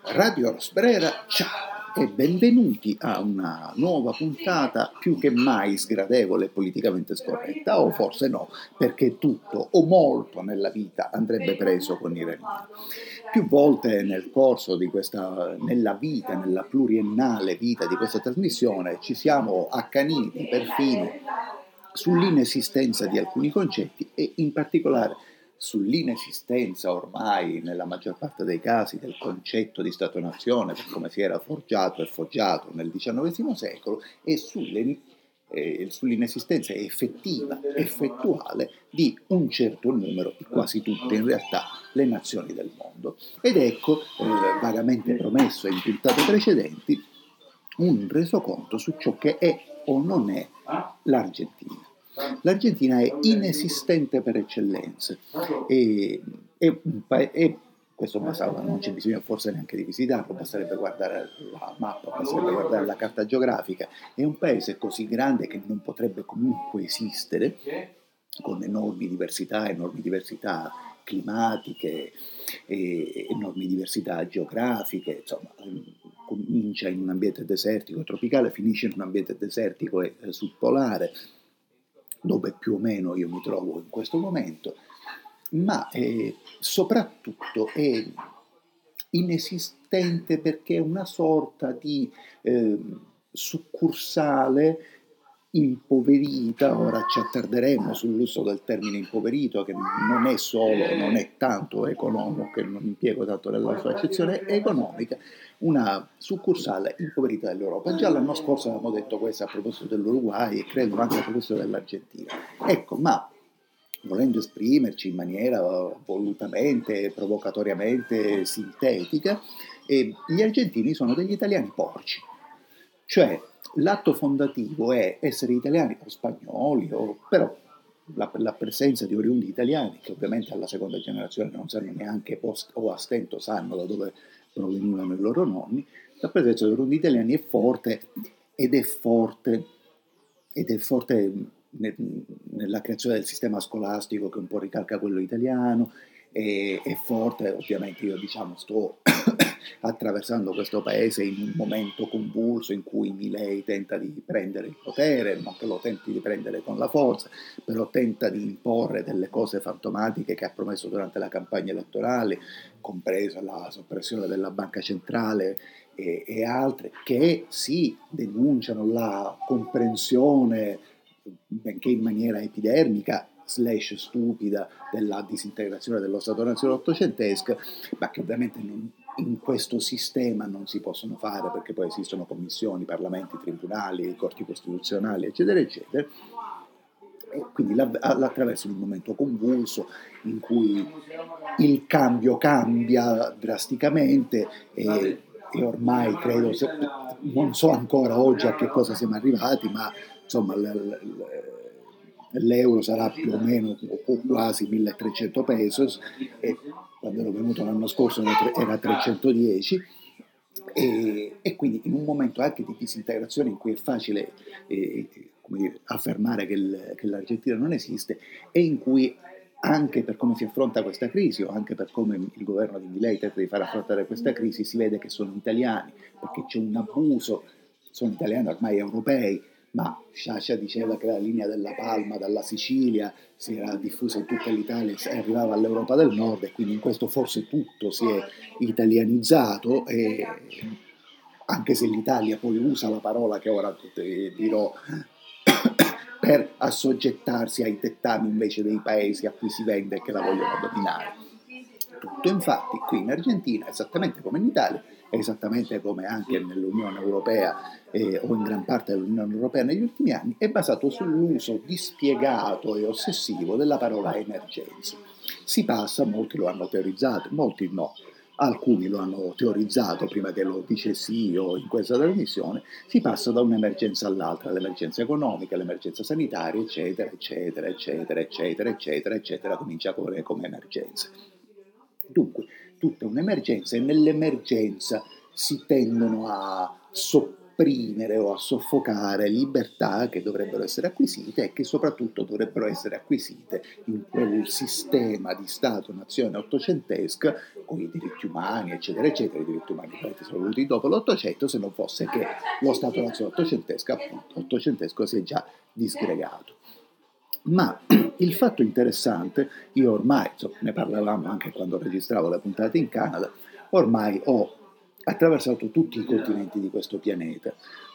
Radio Rosbrera, ciao e benvenuti a una nuova puntata più che mai sgradevole e politicamente scorretta, o forse no, perché tutto o molto nella vita andrebbe preso con ironia. Più volte nel corso di nella pluriennale vita di questa trasmissione, ci siamo accaniti perfino sull'inesistenza di alcuni concetti e in particolare sull'inesistenza ormai nella maggior parte dei casi del concetto di Stato-nazione per come si era forgiato e foggiato nel XIX secolo e sull'inesistenza effettiva, effettuale di un certo numero, di quasi tutte in realtà, le nazioni del mondo. Ed ecco, vagamente promesso in puntate precedenti, un resoconto su ciò che è o non è l'Argentina. L'Argentina è inesistente per eccellenze e questo non c'è bisogno forse neanche di visitarlo, basterebbe guardare la mappa, basterebbe guardare la carta geografica. È un paese così grande che non potrebbe comunque esistere, con enormi diversità climatiche, enormi diversità geografiche, insomma, comincia in un ambiente desertico tropicale, finisce in un ambiente desertico e subpolare, dove più o meno io mi trovo in questo momento, ma soprattutto è inesistente perché è una sorta di succursale impoverita. Ora ci attarderemo sull'uso del termine impoverito, che non è tanto economico, che non impiego tanto nella sua accezione economica, una succursale impoverita dell'Europa. Già l'anno scorso avevamo detto questo a proposito dell'Uruguay e credo anche a proposito dell'Argentina. Ecco, ma volendo esprimerci in maniera volutamente, provocatoriamente sintetica, gli argentini sono degli italiani porci. Cioè, l'atto fondativo è essere italiani o spagnoli, però la presenza di oriundi italiani, che ovviamente alla seconda generazione non sanno neanche o a stento sanno da dove provenivano i loro nonni, la presenza di oriundi italiani è forte ed è forte nella creazione del sistema scolastico che un po' ricalca quello italiano, è forte, ovviamente io sto attraversando questo paese in un momento convulso in cui Milei tenta di prendere il potere, non che lo tenti di prendere con la forza, però tenta di imporre delle cose fantomatiche che ha promesso durante la campagna elettorale, compresa la soppressione della banca centrale e altre, che sì, denunciano la comprensione, benché in maniera epidermica / stupida, della disintegrazione dello Stato-nazione ottocentesca, ma che ovviamente in questo sistema non si possono fare perché poi esistono commissioni, parlamenti, tribunali, corti costituzionali, eccetera, eccetera. E quindi attraverso un momento convulso in cui il cambio cambia drasticamente e ormai credo, non so ancora oggi a che cosa siamo arrivati, ma insomma l'euro sarà più o meno o quasi 1300 pesos e quando ero venuto l'anno scorso era 310 e quindi in un momento anche di disintegrazione in cui è facile affermare che l'Argentina non esiste e in cui anche per come si affronta questa crisi o anche per come il governo di Milei tenta di far affrontare questa crisi si vede che sono italiani, perché c'è un abuso, sono italiani ormai europei, ma Sciascia diceva che la linea della Palma dalla Sicilia si era diffusa in tutta l'Italia e arrivava all'Europa del Nord e quindi in questo forse tutto si è italianizzato, anche se l'Italia poi usa la parola che ora dirò per assoggettarsi ai dettami invece dei paesi a cui si vende che la vogliono dominare. Tutto infatti qui in Argentina, esattamente come in Italia, esattamente come anche nell'Unione Europea o in gran parte dell'Unione Europea negli ultimi anni, è basato sull'uso dispiegato e ossessivo della parola emergenza. Si passa, molti lo hanno teorizzato, molti no, alcuni lo hanno teorizzato prima che lo dicessi io in questa trasmissione, si passa da un'emergenza all'altra, l'emergenza economica, l'emergenza sanitaria, eccetera, eccetera, eccetera, eccetera, eccetera, eccetera, comincia come emergenza. Dunque, tutta un'emergenza e nell'emergenza si tendono a sopprimere o a soffocare libertà che dovrebbero essere acquisite e che soprattutto dovrebbero essere acquisite in quel sistema di Stato-nazione ottocentesca con i diritti umani, eccetera, eccetera. I diritti umani sono venuti dopo l'Ottocento, se non fosse che lo Stato-nazione ottocentesco si è già disgregato. Ma il fatto interessante, io ormai, ne parlavamo anche quando registravo le puntate in Canada, ormai ho attraversato tutti i continenti di questo pianeta.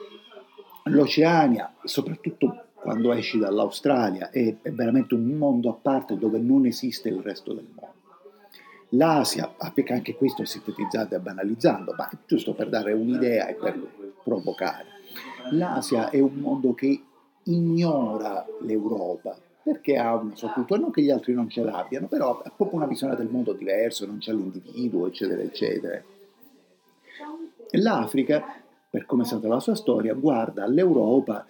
L'Oceania, soprattutto quando esci dall'Australia, è veramente un mondo a parte dove non esiste il resto del mondo. L'Asia, perché anche questo sintetizzando e banalizzando, ma è giusto per dare un'idea e per provocare. L'Asia è un mondo che ignora l'Europa, perché ha una sua cultura, non che gli altri non ce l'abbiano, però ha proprio una visione del mondo diverso, non c'è l'individuo, eccetera, eccetera. L'Africa, per come è stata la sua storia, guarda all'Europa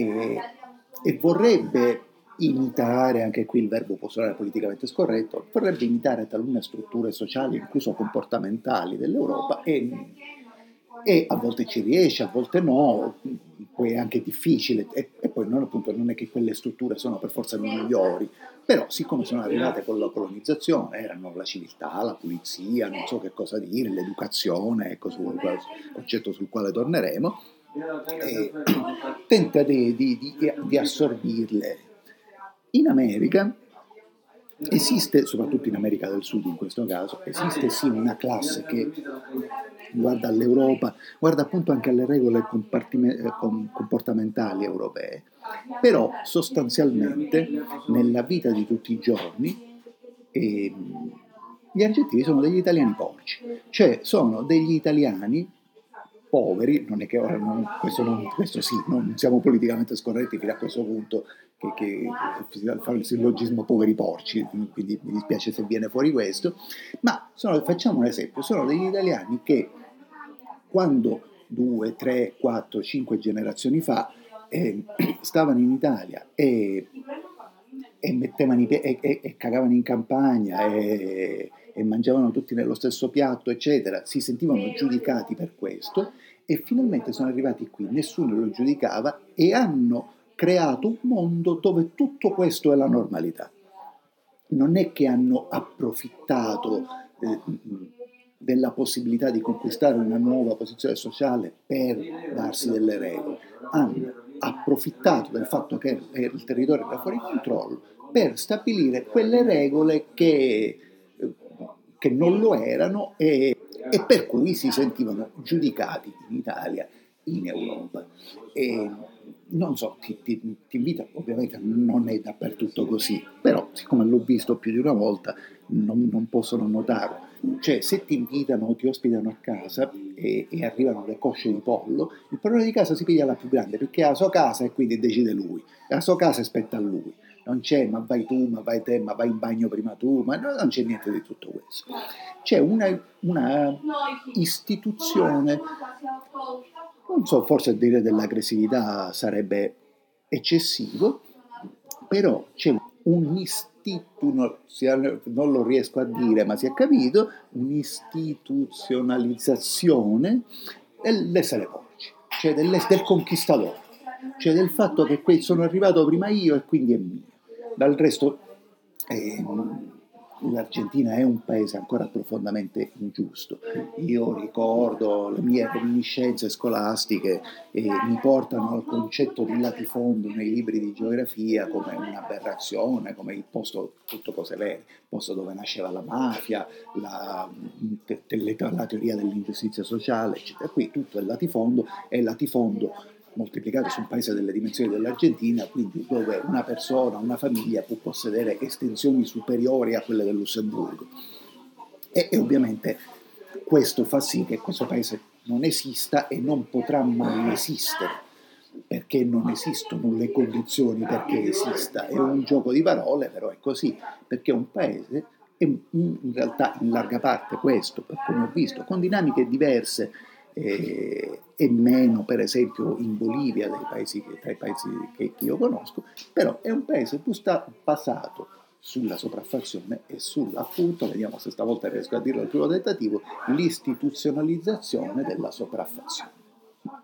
e vorrebbe imitare, anche qui il verbo può suonare politicamente scorretto, vorrebbe imitare talune strutture sociali, incluso comportamentali dell'Europa e a volte ci riesce, a volte no, poi è anche difficile e poi non è che quelle strutture sono per forza migliori, però siccome sono arrivate con la colonizzazione, erano la civiltà, la pulizia, non so che cosa dire, l'educazione, ecco, concetto sul quale torneremo, tenta di assorbirle. In America esiste, soprattutto in America del Sud in questo caso, esiste sì una classe che guarda all'Europa, guarda appunto anche alle regole comportamentali europee, però sostanzialmente nella vita di tutti i giorni gli argentini sono degli italiani porci, cioè sono degli italiani poveri, non è che ora questo sì, non siamo politicamente scorretti fino a questo punto che fare il sillogismo poveri porci, quindi mi dispiace se viene fuori questo, ma facciamo un esempio, sono degli italiani che quando 2, 3, 4, 5 generazioni fa stavano in Italia e mettevano e cagavano in campagna e mangiavano tutti nello stesso piatto, eccetera, si sentivano giudicati per questo e finalmente sono arrivati qui, nessuno lo giudicava e hanno creato un mondo dove tutto questo è la normalità. Non è che hanno approfittato della possibilità di conquistare una nuova posizione sociale per darsi delle regole, hanno approfittato del fatto che il territorio era fuori controllo per stabilire quelle regole che non lo erano e per cui si sentivano giudicati in Italia, in Europa. E non so, ti invito, ovviamente non è dappertutto così, però siccome l'ho visto più di una volta non posso non notarlo. Cioè, se ti invitano o ti ospitano a casa e arrivano le cosce di pollo, il padrone di casa si piglia la più grande perché ha la sua casa e quindi decide lui, la sua casa spetta a lui. Non c'è ma vai tu, ma vai te, ma vai in bagno prima tu, ma non c'è niente di tutto questo. C'è una istituzione, non so, forse dire dell'aggressività sarebbe eccessivo, però c'è non lo riesco a dire, ma si è capito, un'istituzionalizzazione dell'essere porci, cioè del conquistatore, cioè del fatto che sono arrivato prima io e quindi è mio. Dal resto l'Argentina è un paese ancora profondamente ingiusto. Io ricordo le mie reminiscenze scolastiche mi portano al concetto di latifondo nei libri di geografia come un'aberrazione, come il posto, tutto cose vere, il posto dove nasceva la mafia, la teoria dell'ingiustizia sociale, eccetera. Qui tutto è latifondo moltiplicato su un paese delle dimensioni dell'Argentina, quindi dove una persona, una famiglia può possedere estensioni superiori a quelle del Lussemburgo. E ovviamente questo fa sì che questo paese non esista e non potrà mai esistere, perché non esistono le condizioni perché esista. È un gioco di parole, però è così, perché un paese è in realtà in larga parte questo, per come ho visto, con dinamiche diverse e meno per esempio in Bolivia tra i paesi che io conosco, però è un paese basato sulla sopraffazione e sull'appunto, vediamo se stavolta riesco a dirlo al primo tentativo, l'istituzionalizzazione della sopraffazione.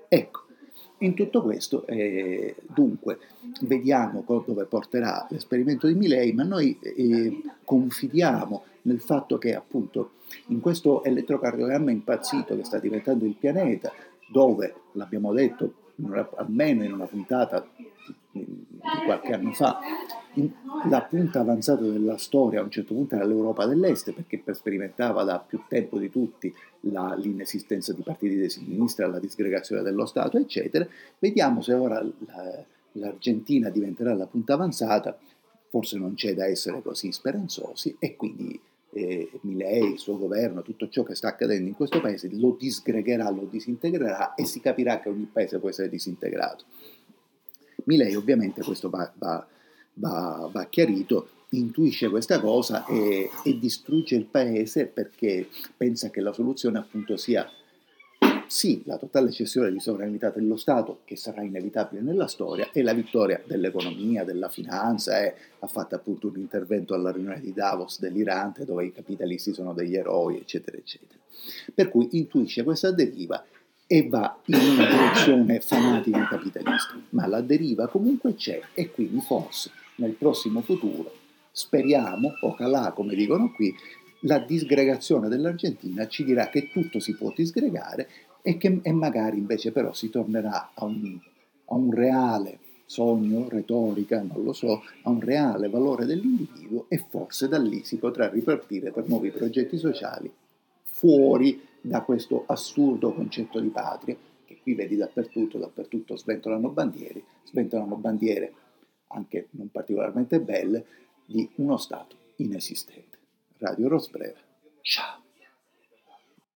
Ecco, in tutto questo, dunque, vediamo dove porterà l'esperimento di Milei, ma noi confidiamo nel fatto che appunto in questo elettrocardiogramma impazzito che sta diventando il pianeta, dove, l'abbiamo detto almeno in una puntata di qualche anno fa, la punta avanzata della storia a un certo punto era l'Europa dell'Est, perché sperimentava da più tempo di tutti l'inesistenza di partiti di sinistra, la disgregazione dello Stato, eccetera. Vediamo se ora l'Argentina diventerà la punta avanzata, forse non c'è da essere così speranzosi, e quindi Milei, il suo governo, tutto ciò che sta accadendo in questo paese lo disgregherà, lo disintegrerà e si capirà che ogni paese può essere disintegrato. Milei ovviamente questo va chiarito, intuisce questa cosa e distrugge il paese perché pensa che la soluzione appunto sia sì, la totale cessione di sovranità dello Stato, che sarà inevitabile nella storia, e la vittoria dell'economia, della finanza, ha fatto appunto un intervento alla riunione di Davos dell'Iran, dove i capitalisti sono degli eroi, eccetera, eccetera. Per cui intuisce questa deriva e va in una direzione fanatica capitalista, ma la deriva comunque c'è e quindi forse nel prossimo futuro, speriamo, o calà come dicono qui, la disgregazione dell'Argentina ci dirà che tutto si può disgregare e magari invece però si tornerà a un reale sogno, retorica, non lo so, a un reale valore dell'individuo e forse da lì si potrà ripartire per nuovi progetti sociali fuori da questo assurdo concetto di patria che qui vedi dappertutto sventolano bandiere anche non particolarmente belle di uno Stato inesistente. Radio Rosbrera. Ciao.